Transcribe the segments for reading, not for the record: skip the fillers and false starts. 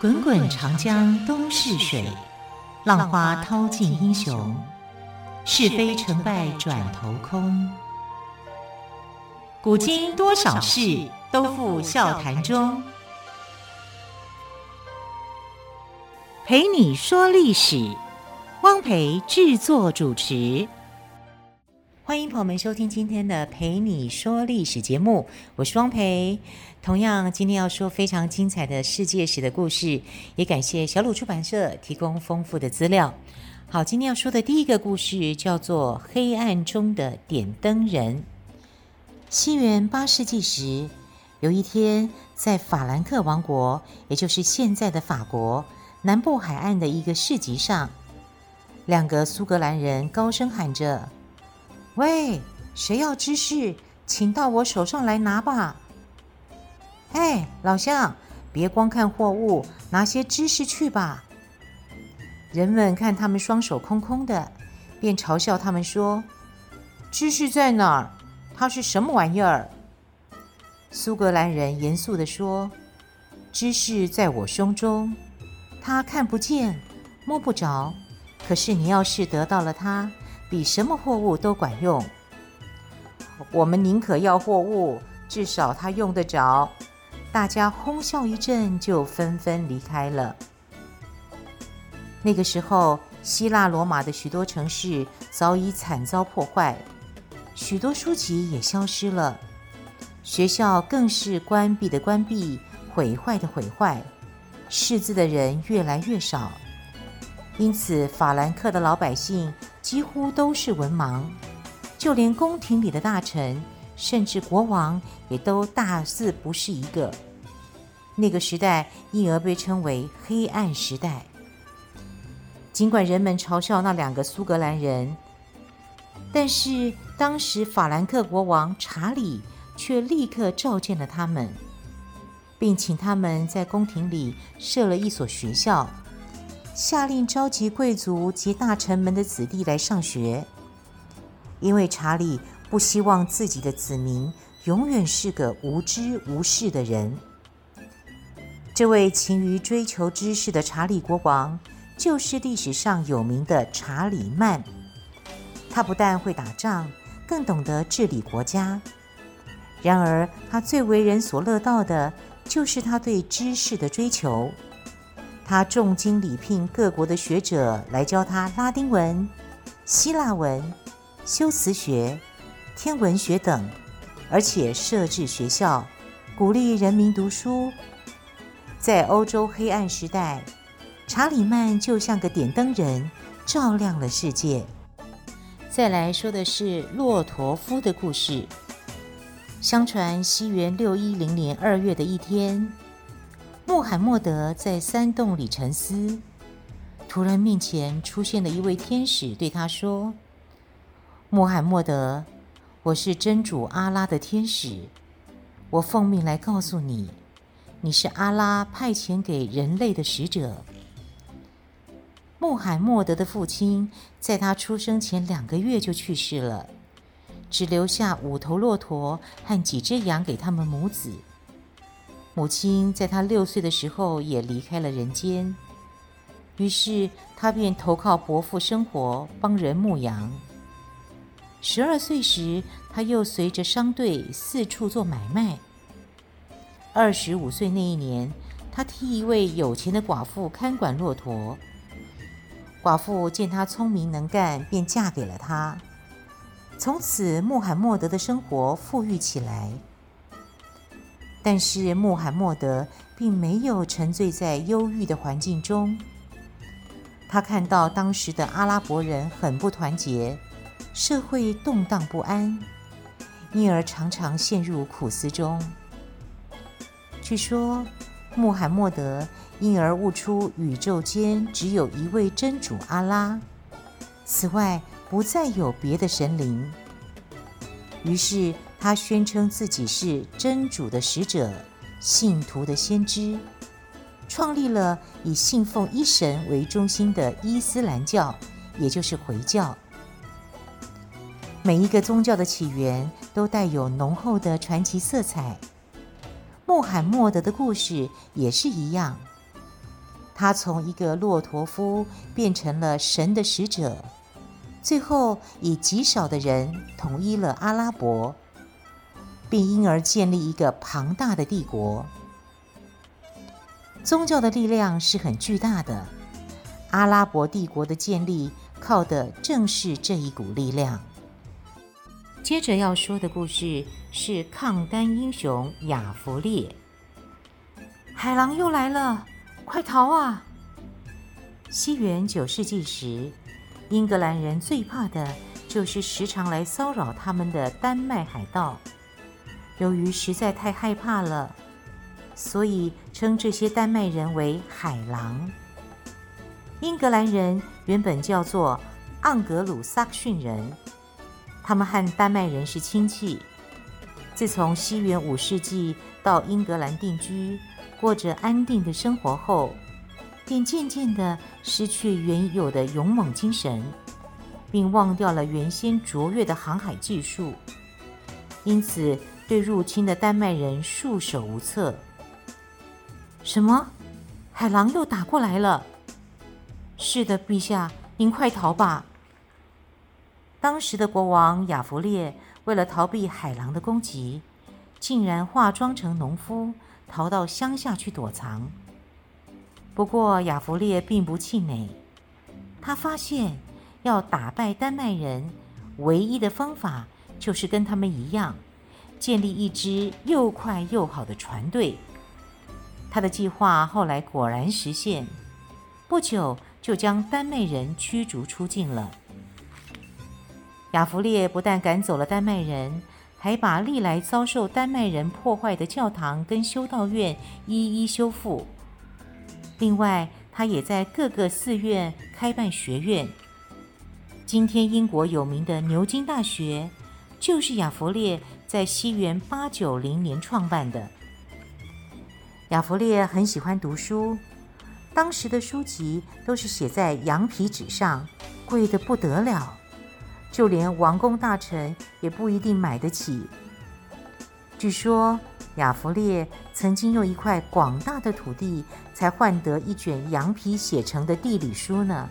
滚滚长江东逝水，浪花淘尽英雄。是非成败转头空。古今多少事，都付笑谈中。陪你说历史，汪培制作主持。欢迎朋友们收听今天的陪你说历史节目，我是汪培。同样今天要说非常精彩的世界史的故事，也感谢小鲁出版社提供丰富的资料。好，今天要说的第一个故事叫做黑暗中的点灯人。西元8世纪时，有一天在法兰克王国，也就是现在的法国南部海岸的一个市集上，两个苏格兰人高声喊着：喂，谁要芝士，请到我手上来拿吧。哎，老乡，别光看货物，拿些芝士去吧。人们看他们双手空空的，便嘲笑他们说：芝士在哪儿？它是什么玩意儿？苏格兰人严肃地说：芝士在我胸中，它看不见，摸不着，可是你要是得到了它，比什么货物都管用。我们宁可要货物，至少它用得着。大家哄笑一阵，就纷纷离开了。那个时候，希腊罗马的许多城市早已惨遭破坏，许多书籍也消失了，学校更是关闭的关闭，毁坏的毁坏，识字的人越来越少。因此法兰克的老百姓几乎都是文盲，就连宫廷里的大臣甚至国王也都大字不识一个。那个时代因而被称为黑暗时代。尽管人们嘲笑那两个苏格兰人，但是当时法兰克国王查理却立刻召见了他们，并请他们在宫廷里设了一所学校，下令召集贵族及大臣们的子弟来上学。因为查理不希望自己的子民永远是个无知无识的人。这位勤于追求知识的查理国王，就是历史上有名的查理曼。他不但会打仗，更懂得治理国家。然而他最为人所乐道的就是他对知识的追求。他重金礼聘各国的学者来教他拉丁文、希腊文、修辞学、天文学等，而且设置学校，鼓励人民读书。在欧洲黑暗时代，查理曼就像个点灯人，照亮了世界。再来说的是骆驼夫的故事。相传西元610年2月的一天，穆罕默德在山洞里沉思，突然面前出现了一位天使，对他说：穆罕默德，我是真主阿拉的天使，我奉命来告诉你，你是阿拉派遣给人类的使者。穆罕默德的父亲在他出生前2个月就去世了，只留下5头骆驼和几只羊给他们母子。母亲在他6岁的时候也离开了人间，于是他便投靠伯父生活，帮人牧羊。12岁时，他又随着商队四处做买卖。25岁那一年，他替一位有钱的寡妇看管骆驼。寡妇见他聪明能干，便嫁给了他。从此穆罕默德的生活富裕起来。但是穆罕默德并没有沉醉在忧郁的环境中。他看到当时的阿拉伯人很不团结，社会动荡不安，因而常常陷入苦思中。据说穆罕默德因而悟出宇宙间只有一位真主阿拉，此外不再有别的神灵。于是他宣称自己是真主的使者，信徒的先知，创立了以信奉一神为中心的伊斯兰教，也就是回教。每一个宗教的起源都带有浓厚的传奇色彩。穆罕默德的故事也是一样。 他从一个骆驼夫变成了神的使者，最后以极少的人统一了阿拉伯，并因而建立一个庞大的帝国。宗教的力量是很巨大的，阿拉伯帝国的建立靠的正是这一股力量。接着要说的故事是抗丹英雄亚弗烈。海狼又来了，快逃啊！西元9世纪时，英格兰人最怕的就是时常来骚扰他们的丹麦海盗。由于实在太害怕了，所以称这些丹麦人为海狼。英格兰人原本叫做盎格鲁撒克逊人，他们和丹麦人是亲戚。自从西元5世纪到英格兰定居，过着安定的生活后，便渐渐地失去原有的勇猛精神，并忘掉了原先卓越的航海技术，因此对入侵的丹麦人束手无策。什么？海狼又打过来了？是的，陛下，您快逃吧！当时的国王亚弗烈为了逃避海狼的攻击，竟然化妆成农夫，逃到乡下去躲藏。不过亚弗烈并不气馁，他发现要打败丹麦人，唯一的方法就是跟他们一样，建立一支又快又好的船队。他的计划后来果然实现，不久就将丹麦人驱逐出境了。亚弗烈不但赶走了丹麦人，还把历来遭受丹麦人破坏的教堂跟修道院一一修复。另外，他也在各个寺院开办学院。今天英国有名的牛津大学，就是亚弗烈在西元890年创办的。亚弗烈很喜欢读书，当时的书籍都是写在羊皮纸上，贵得不得了，就连王公大臣也不一定买得起。据说亚弗烈曾经用一块广大的土地才换得一卷羊皮写成的地理书呢。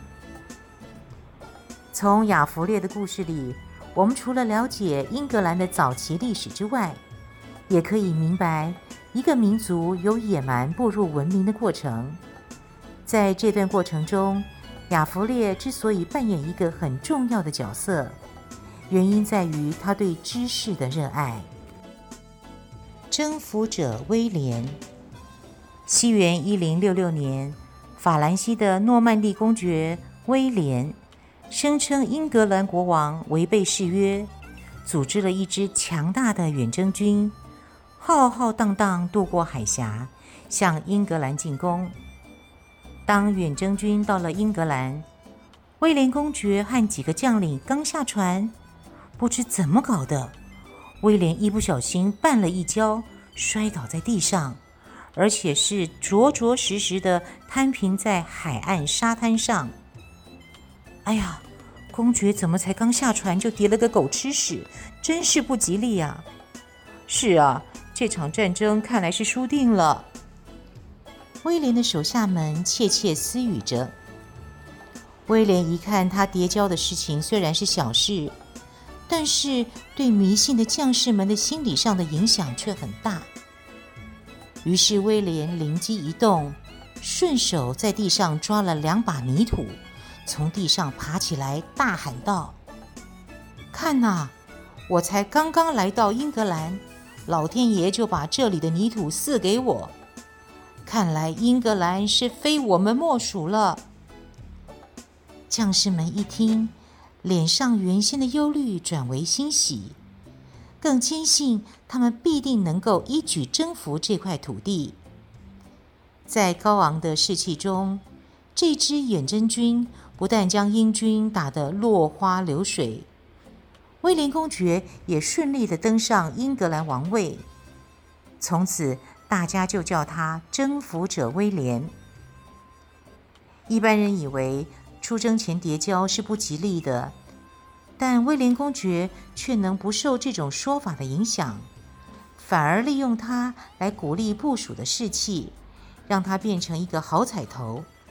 从亚弗烈的故事里，我们除了了解英格兰的早期历史之外，也可以明白一个民族由野蛮步入文明的过程。在这段过程中，亚弗烈之所以扮演一个很重要的角色，原因在于他对知识的热爱。征服者威廉。西元1066年，法兰西的诺曼底公爵威廉声称英格兰国王违背誓约，组织了一支强大的远征军，浩浩荡荡渡过海峡，向英格兰进攻。当远征军到了英格兰，威廉公爵和几个将领刚下船，不知怎么搞的，威廉一不小心绊了一跤，摔倒在地上，而且是着着实实的摊平在海岸沙滩上。哎呀，公爵怎么才刚下船就跌了个狗吃屎，真是不吉利啊！是啊，这场战争看来是输定了。威廉的手下们窃窃私语着。威廉一看他跌跤的事情虽然是小事，但是对迷信的将士们的心理上的影响却很大。于是威廉灵机一动，顺手在地上抓了2把泥土，从地上爬起来，大喊道：看哪，我才刚刚来到英格兰，老天爷就把这里的泥土赐给我，看来英格兰是非我们莫属了。将士们一听，脸上原先的忧虑转为欣喜，更坚信他们必定能够一举征服这块土地。在高昂的士气中，这支远征军不但将英军打得落花流水，威廉公爵也顺利地登上英格兰王位。从此大家就叫他征服者威廉。一般人以为出征前跌跤是不吉利的，但威廉公爵却能不受这种说法的影响，反而利用它来鼓励部属的士气，让它变成一个好彩头，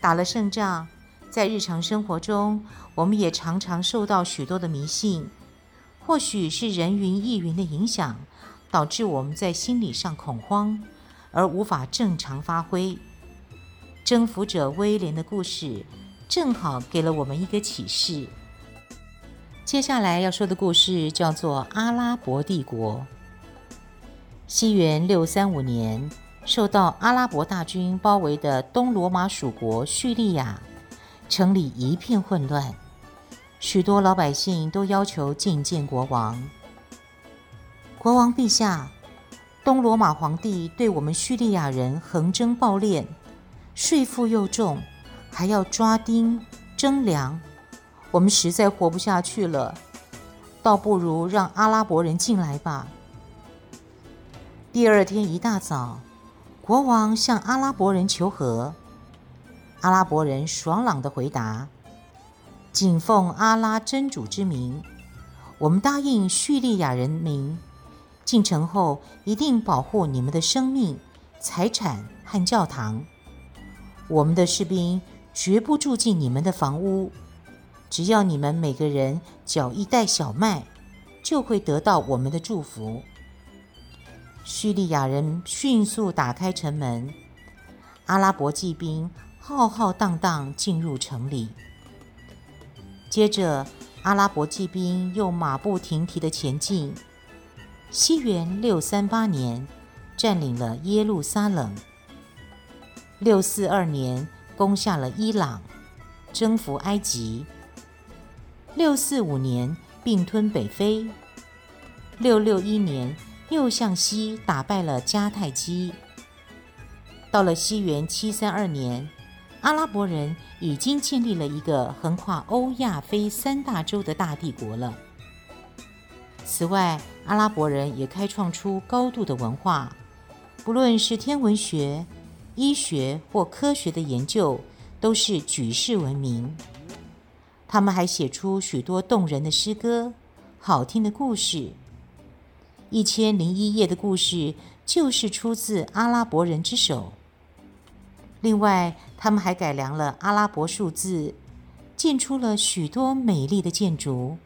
打了胜仗，在日常生活中，我们也常常受到许多的迷信，或许是人云亦云的影响，导致我们在心理上恐慌，而无法正常发挥。征服者威廉的故事正好给了我们一个启示。接下来要说的故事叫做阿拉伯帝国。西元635年，受到阿拉伯大军包围的东罗马属国叙利亚，城里一片混乱，许多老百姓都要求觐见国王。国王陛下，东罗马皇帝对我们叙利亚人横征暴敛，税负又重，还要抓丁征粮，我们实在活不下去了，倒不如让阿拉伯人进来吧。第二天一大早，国王向阿拉伯人求和。阿拉伯人爽朗地回答：谨奉阿拉真主之名，我们答应叙利亚人民，进城后一定保护你们的生命、财产和教堂。我们的士兵绝不住进你们的房屋，只要你们每个人缴一袋小麦，就会得到我们的祝福。叙利亚人迅速打开城门，阿拉伯骑兵浩浩荡荡进入城里。接着，阿拉伯骑兵又马不停蹄地前进。西元638年，占领了耶路撒冷。642年，攻下了伊朗，征服埃及。645年，并吞北非。661年，又向西打败了迦太基。到了西元732年，阿拉伯人已经建立了一个横跨欧亚非三大洲的大帝国了。此外，阿拉伯人也开创出高度的文化，不论是天文学、医学或科学的研究，都是举世闻名。他们还写出许多动人的诗歌、好听的故事。1001夜的故事就是出自阿拉伯人之手。另外，他们还改良了阿拉伯数字，建出了许多美丽的建筑。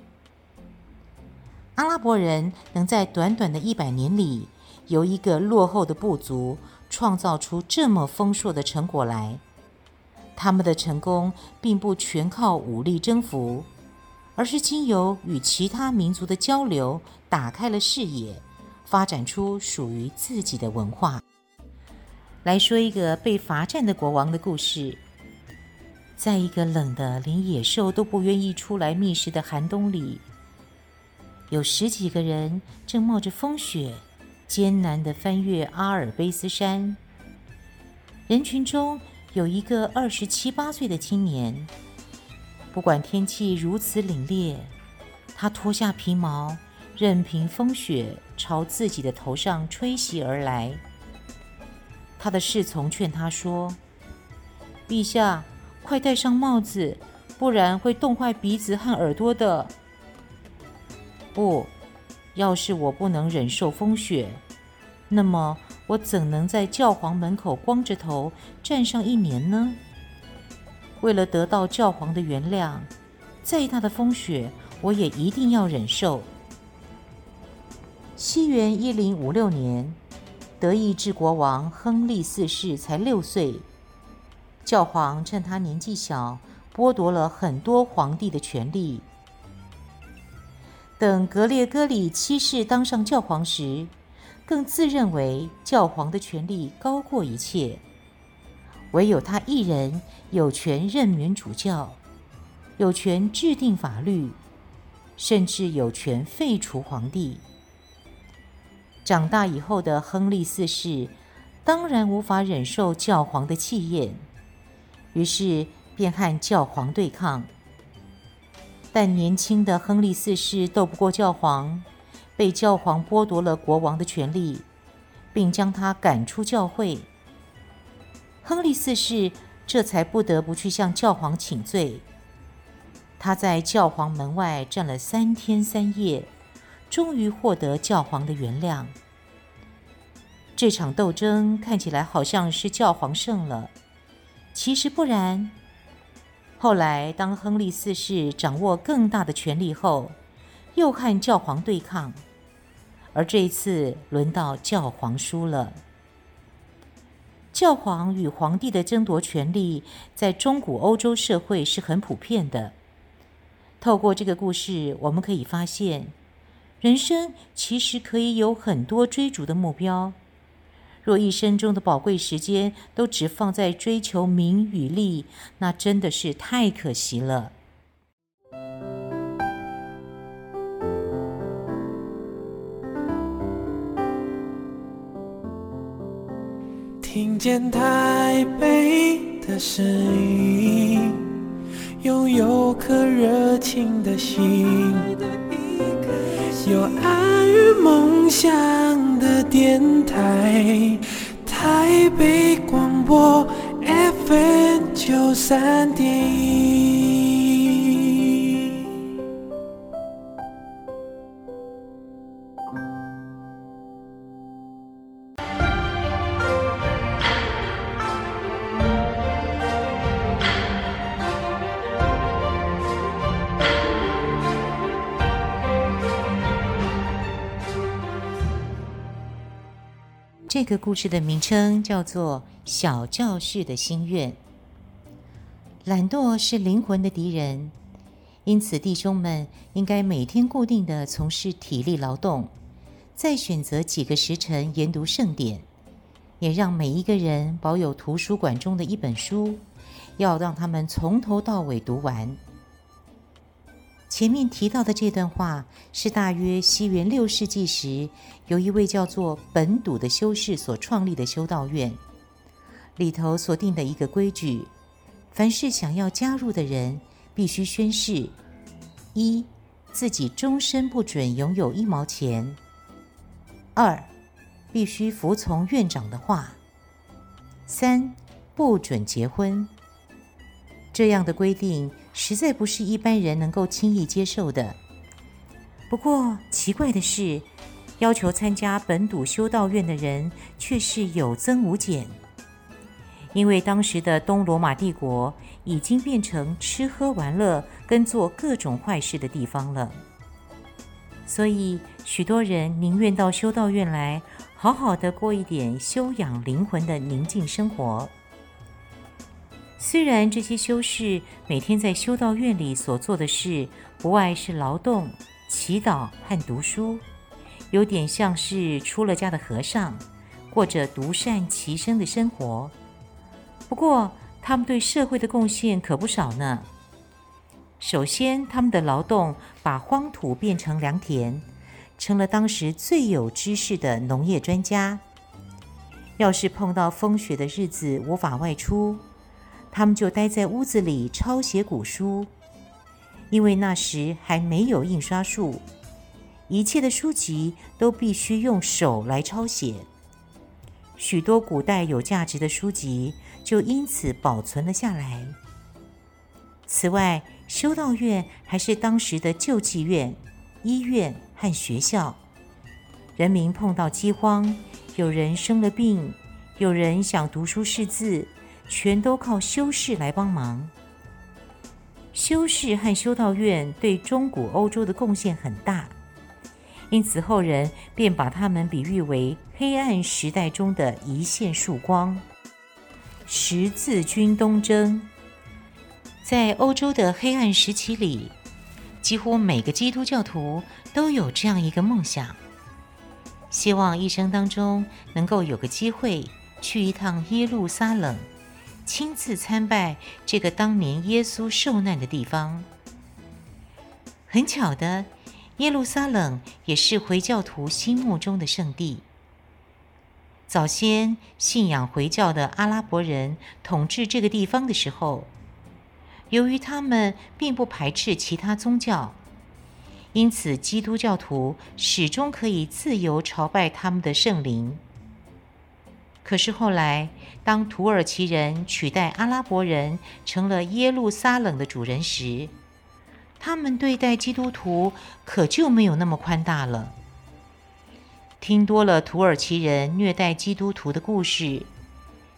阿拉伯人能在短短的100年里，由一个落后的部族创造出这么丰硕的成果来。他们的成功并不全靠武力征服，而是经由与其他民族的交流，打开了视野，发展出属于自己的文化。来说一个被罚站的国王的故事。在一个冷的连野兽都不愿意出来觅食的寒冬里，有10几个人正冒着风雪，艰难地翻越阿尔卑斯山。人群中有一个27、28岁的青年，不管天气如此凛冽，他脱下皮毛，任凭风雪朝自己的头上吹袭而来。他的侍从劝他说：陛下，快戴上帽子，不然会冻坏鼻子和耳朵的。不，要是我不能忍受风雪，那么我怎能在教皇门口光着头站上1年呢？为了得到教皇的原谅，再大的风雪我也一定要忍受。西元1056年，德意志国王亨利4世才6岁，教皇趁他年纪小，剥夺了很多皇帝的权利。等格列戈里7世当上教皇时，更自认为教皇的权力高过一切，唯有他一人有权任免主教，有权制定法律，甚至有权废除皇帝。长大以后的亨利4世当然无法忍受教皇的气焰，于是便和教皇对抗。但年轻的亨利4世斗不过教皇，被教皇剥夺了国王的权利，并将他赶出教会。亨利4世这才不得不去向教皇请罪。他在教皇门外站了3天3夜，终于获得教皇的原谅。这场斗争看起来好像是教皇胜了， 其实不然。后来，当亨利四世掌握更大的权力后，又和教皇对抗，而这一次轮到教皇输了。教皇与皇帝的争夺权力，在中古欧洲社会是很普遍的。透过这个故事，我们可以发现，人生其实可以有很多追逐的目标。若一生中的宝贵时间都只放在追求名与利，那真的是太可惜了。 听见台北的声音，拥有颗热情的心，有爱与梦想的电台，台北广播 FM93.1。 这个故事的名称叫做《小教室的心愿》。懒惰是灵魂的敌人，因此弟兄们应该每天固定地从事体力劳动，再选择几个时辰研读圣典，也让每一个人保有图书馆中的一本书，要让他们从头到尾读完。前面提到的这段话是大约西元6世纪时，有一位叫做本笃的修士所创立的修道院里头所定的一个规矩：凡是想要加入的人，必须宣誓：一、自己终身不准拥有1毛钱；二、必须服从院长的话；三、不准结婚。这样的规定实在不是一般人能够轻易接受的。不过奇怪的是，要求参加本笃修道院的人却是有增无减，因为当时的东罗马帝国已经变成吃喝玩乐跟做各种坏事的地方了，所以许多人宁愿到修道院来，好好的过一点修养灵魂的宁静生活。虽然这些修士每天在修道院里所做的事不外是劳动、祈祷和读书，有点像是出了家的和尚，过着独善其身的生活。不过他们对社会的贡献可不少呢。首先，他们的劳动把荒土变成良田，成了当时最有知识的农业专家。要是碰到风雪的日子无法外出，他们就待在屋子里抄写古书，因为那时还没有印刷术，一切的书籍都必须用手来抄写。许多古代有价值的书籍就因此保存了下来。此外，修道院还是当时的救济院、医院和学校。人民碰到饥荒，有人生了病，有人想读书识字，全都靠修士来帮忙。修士和修道院对中古欧洲的贡献很大，因此后人便把他们比喻为黑暗时代中的一线曙光。十字军东征，在欧洲的黑暗时期里，几乎每个基督教徒都有这样一个梦想，希望一生当中能够有个机会去一趟耶路撒冷，亲自参拜这个当年耶稣受难的地方。很巧的，耶路撒冷也是回教徒心目中的圣地。早先信仰回教的阿拉伯人统治这个地方的时候，由于他们并不排斥其他宗教，因此基督教徒始终可以自由朝拜他们的圣灵。可是后来，当土耳其人取代阿拉伯人成了耶路撒冷的主人时，他们对待基督徒可就没有那么宽大了。听多了土耳其人虐待基督徒的故事，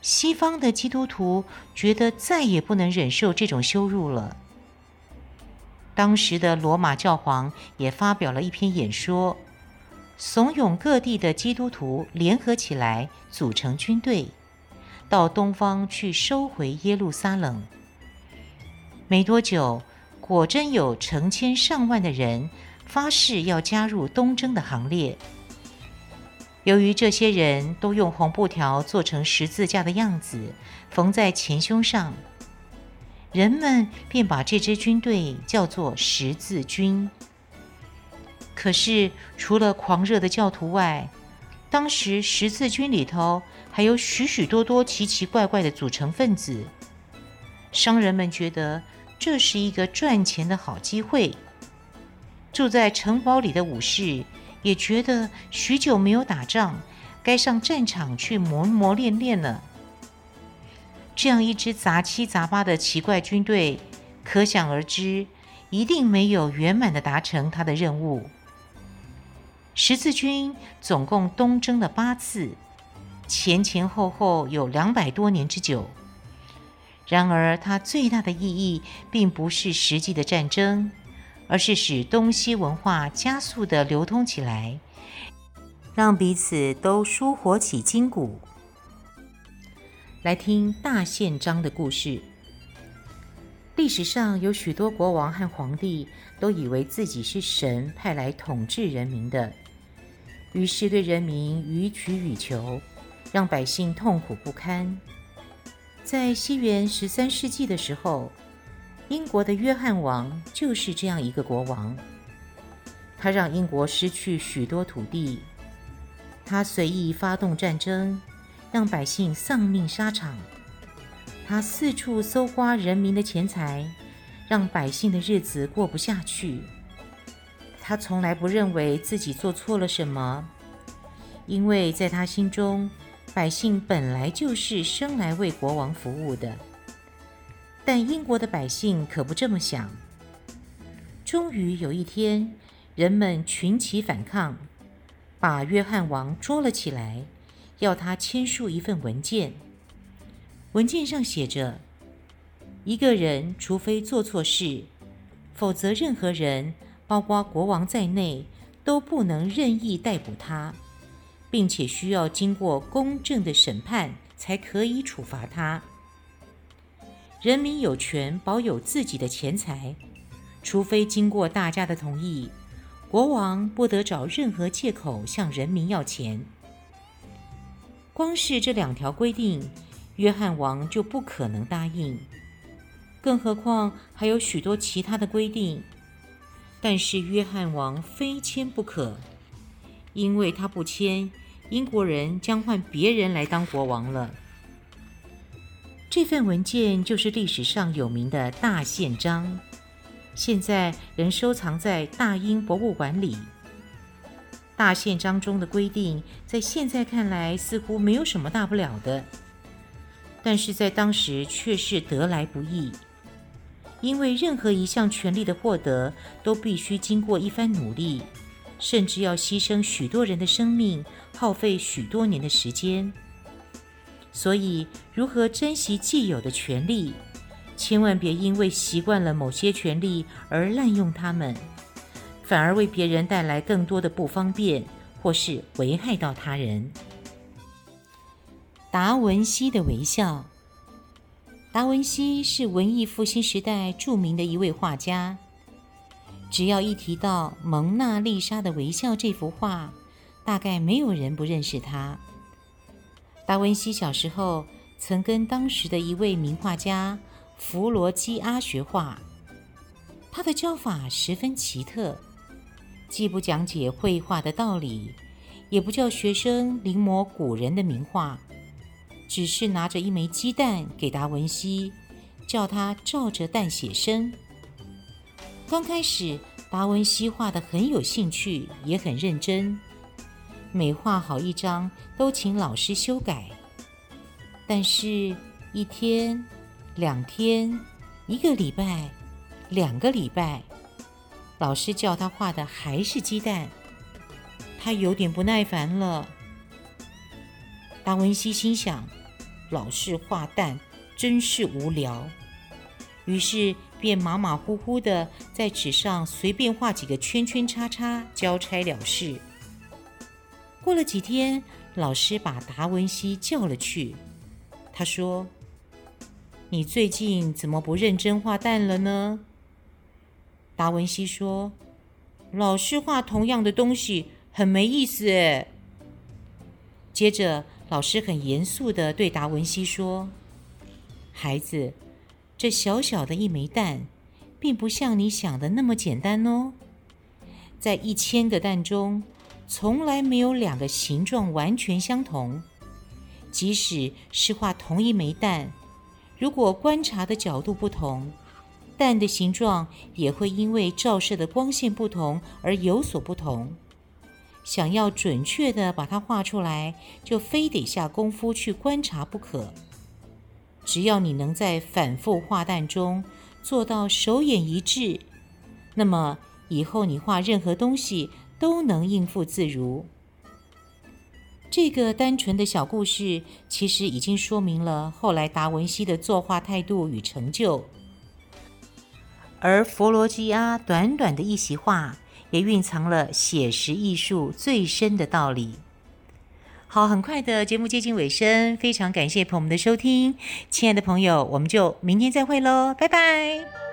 西方的基督徒觉得再也不能忍受这种羞辱了。当时的罗马教皇也发表了一篇演说，怂恿各地的基督徒联合起来，组成军队，到东方去收回耶路撒冷。没多久，果真有成千上万的人发誓要加入东征的行列。由于这些人都用红布条做成十字架的样子，缝在前胸上，人们便把这支军队叫做十字军。可是除了狂热的教徒外，当时十字军里头还有许许多多奇奇怪怪的组成分子。商人们觉得这是一个赚钱的好机会，住在城堡里的武士也觉得许久没有打仗，该上战场去磨练练了。这样一支杂七杂八的奇怪军队，可想而知，一定没有圆满地达成他的任务。十字军总共东征了8次，前后后有200多年之久。然而，它最大的意义并不是实际的战争，而是使东西文化加速地流通起来，让彼此都舒活起筋骨。来听大宪章的故事。历史上有许多国王和皇帝都以为自己是神派来统治人民的，于是对人民予取予求，让百姓痛苦不堪。在西元13世纪的时候，英国的约翰王就是这样一个国王。他让英国失去许多土地，他随意发动战争，让百姓丧命沙场。他四处搜刮人民的钱财，让百姓的日子过不下去。他从来不认为自己做错了什么，因为在他心中，百姓本来就是生来为国王服务的。但英国的百姓可不这么想。终于有一天，人们群起反抗，把约翰王捉了起来，要他签署一份文件。文件上写着，一个人除非做错事，否则任何人，包括国王在内，都不能任意逮捕他，并且需要经过公正的审判才可以处罚他。人民有权保有自己的钱财，除非经过大家的同意，国王不得找任何借口向人民要钱。光是这2条规定，约翰王就不可能答应，更何况还有许多其他的规定。但是约翰王非签不可，因为他不签，英国人将换别人来当国王了。这份文件就是历史上有名的大宪章，现在仍收藏在大英博物馆里。大宪章中的规定，在现在看来似乎没有什么大不了的，但是在当时却是得来不易，因为任何一项权利的获得都必须经过一番努力，甚至要牺牲许多人的生命，耗费许多年的时间。所以，如何珍惜既有的权利，千万别因为习惯了某些权利而滥用它们，反而为别人带来更多的不方便，或是危害到他人。达文西的微笑。达文西是文艺复兴时代著名的一位画家。只要一提到蒙娜丽莎的微笑这幅画，大概没有人不认识他。达文西小时候曾跟当时的一位名画家弗罗基阿学画，他的教法十分奇特，既不讲解绘画的道理，也不叫学生临摹古人的名画，只是拿着一枚鸡蛋给达文西，叫他照着蛋写生。刚开始，达文西画得很有兴趣，也很认真，每画好一张都请老师修改。但是1天、2天、1个礼拜、2个礼拜，老师叫他画的还是鸡蛋，他有点不耐烦了。达文西心想， 老是画蛋，真是无聊。于是便马马虎虎地在纸上随便画几个圈圈叉叉，交差了事。过了几天，老师把达文西叫了去。他说：“你最近怎么不认真画蛋了呢？”达文西说：“老是画同样的东西，很没意思耶。”接着，老师很严肃地对达文西说：“孩子，这小小的一枚蛋，并不像你想的那么简单哦。在1000个蛋中，从来没有2个形状完全相同。即使是画同一枚蛋，如果观察的角度不同，蛋的形状也会因为照射的光线不同而有所不同。想要准确地把它画出来，就非得下功夫去观察不可。只要你能在反复画蛋中做到手眼一致，那么以后你画任何东西都能应付自如。”这个单纯的小故事，其实已经说明了后来达文西的作画态度与成就。而佛罗基亚短短的一席话，也蕴藏了写实艺术最深的道理。好，很快的节目接近尾声，非常感谢朋友们的收听，亲爱的朋友，我们就明天再会喽，拜拜。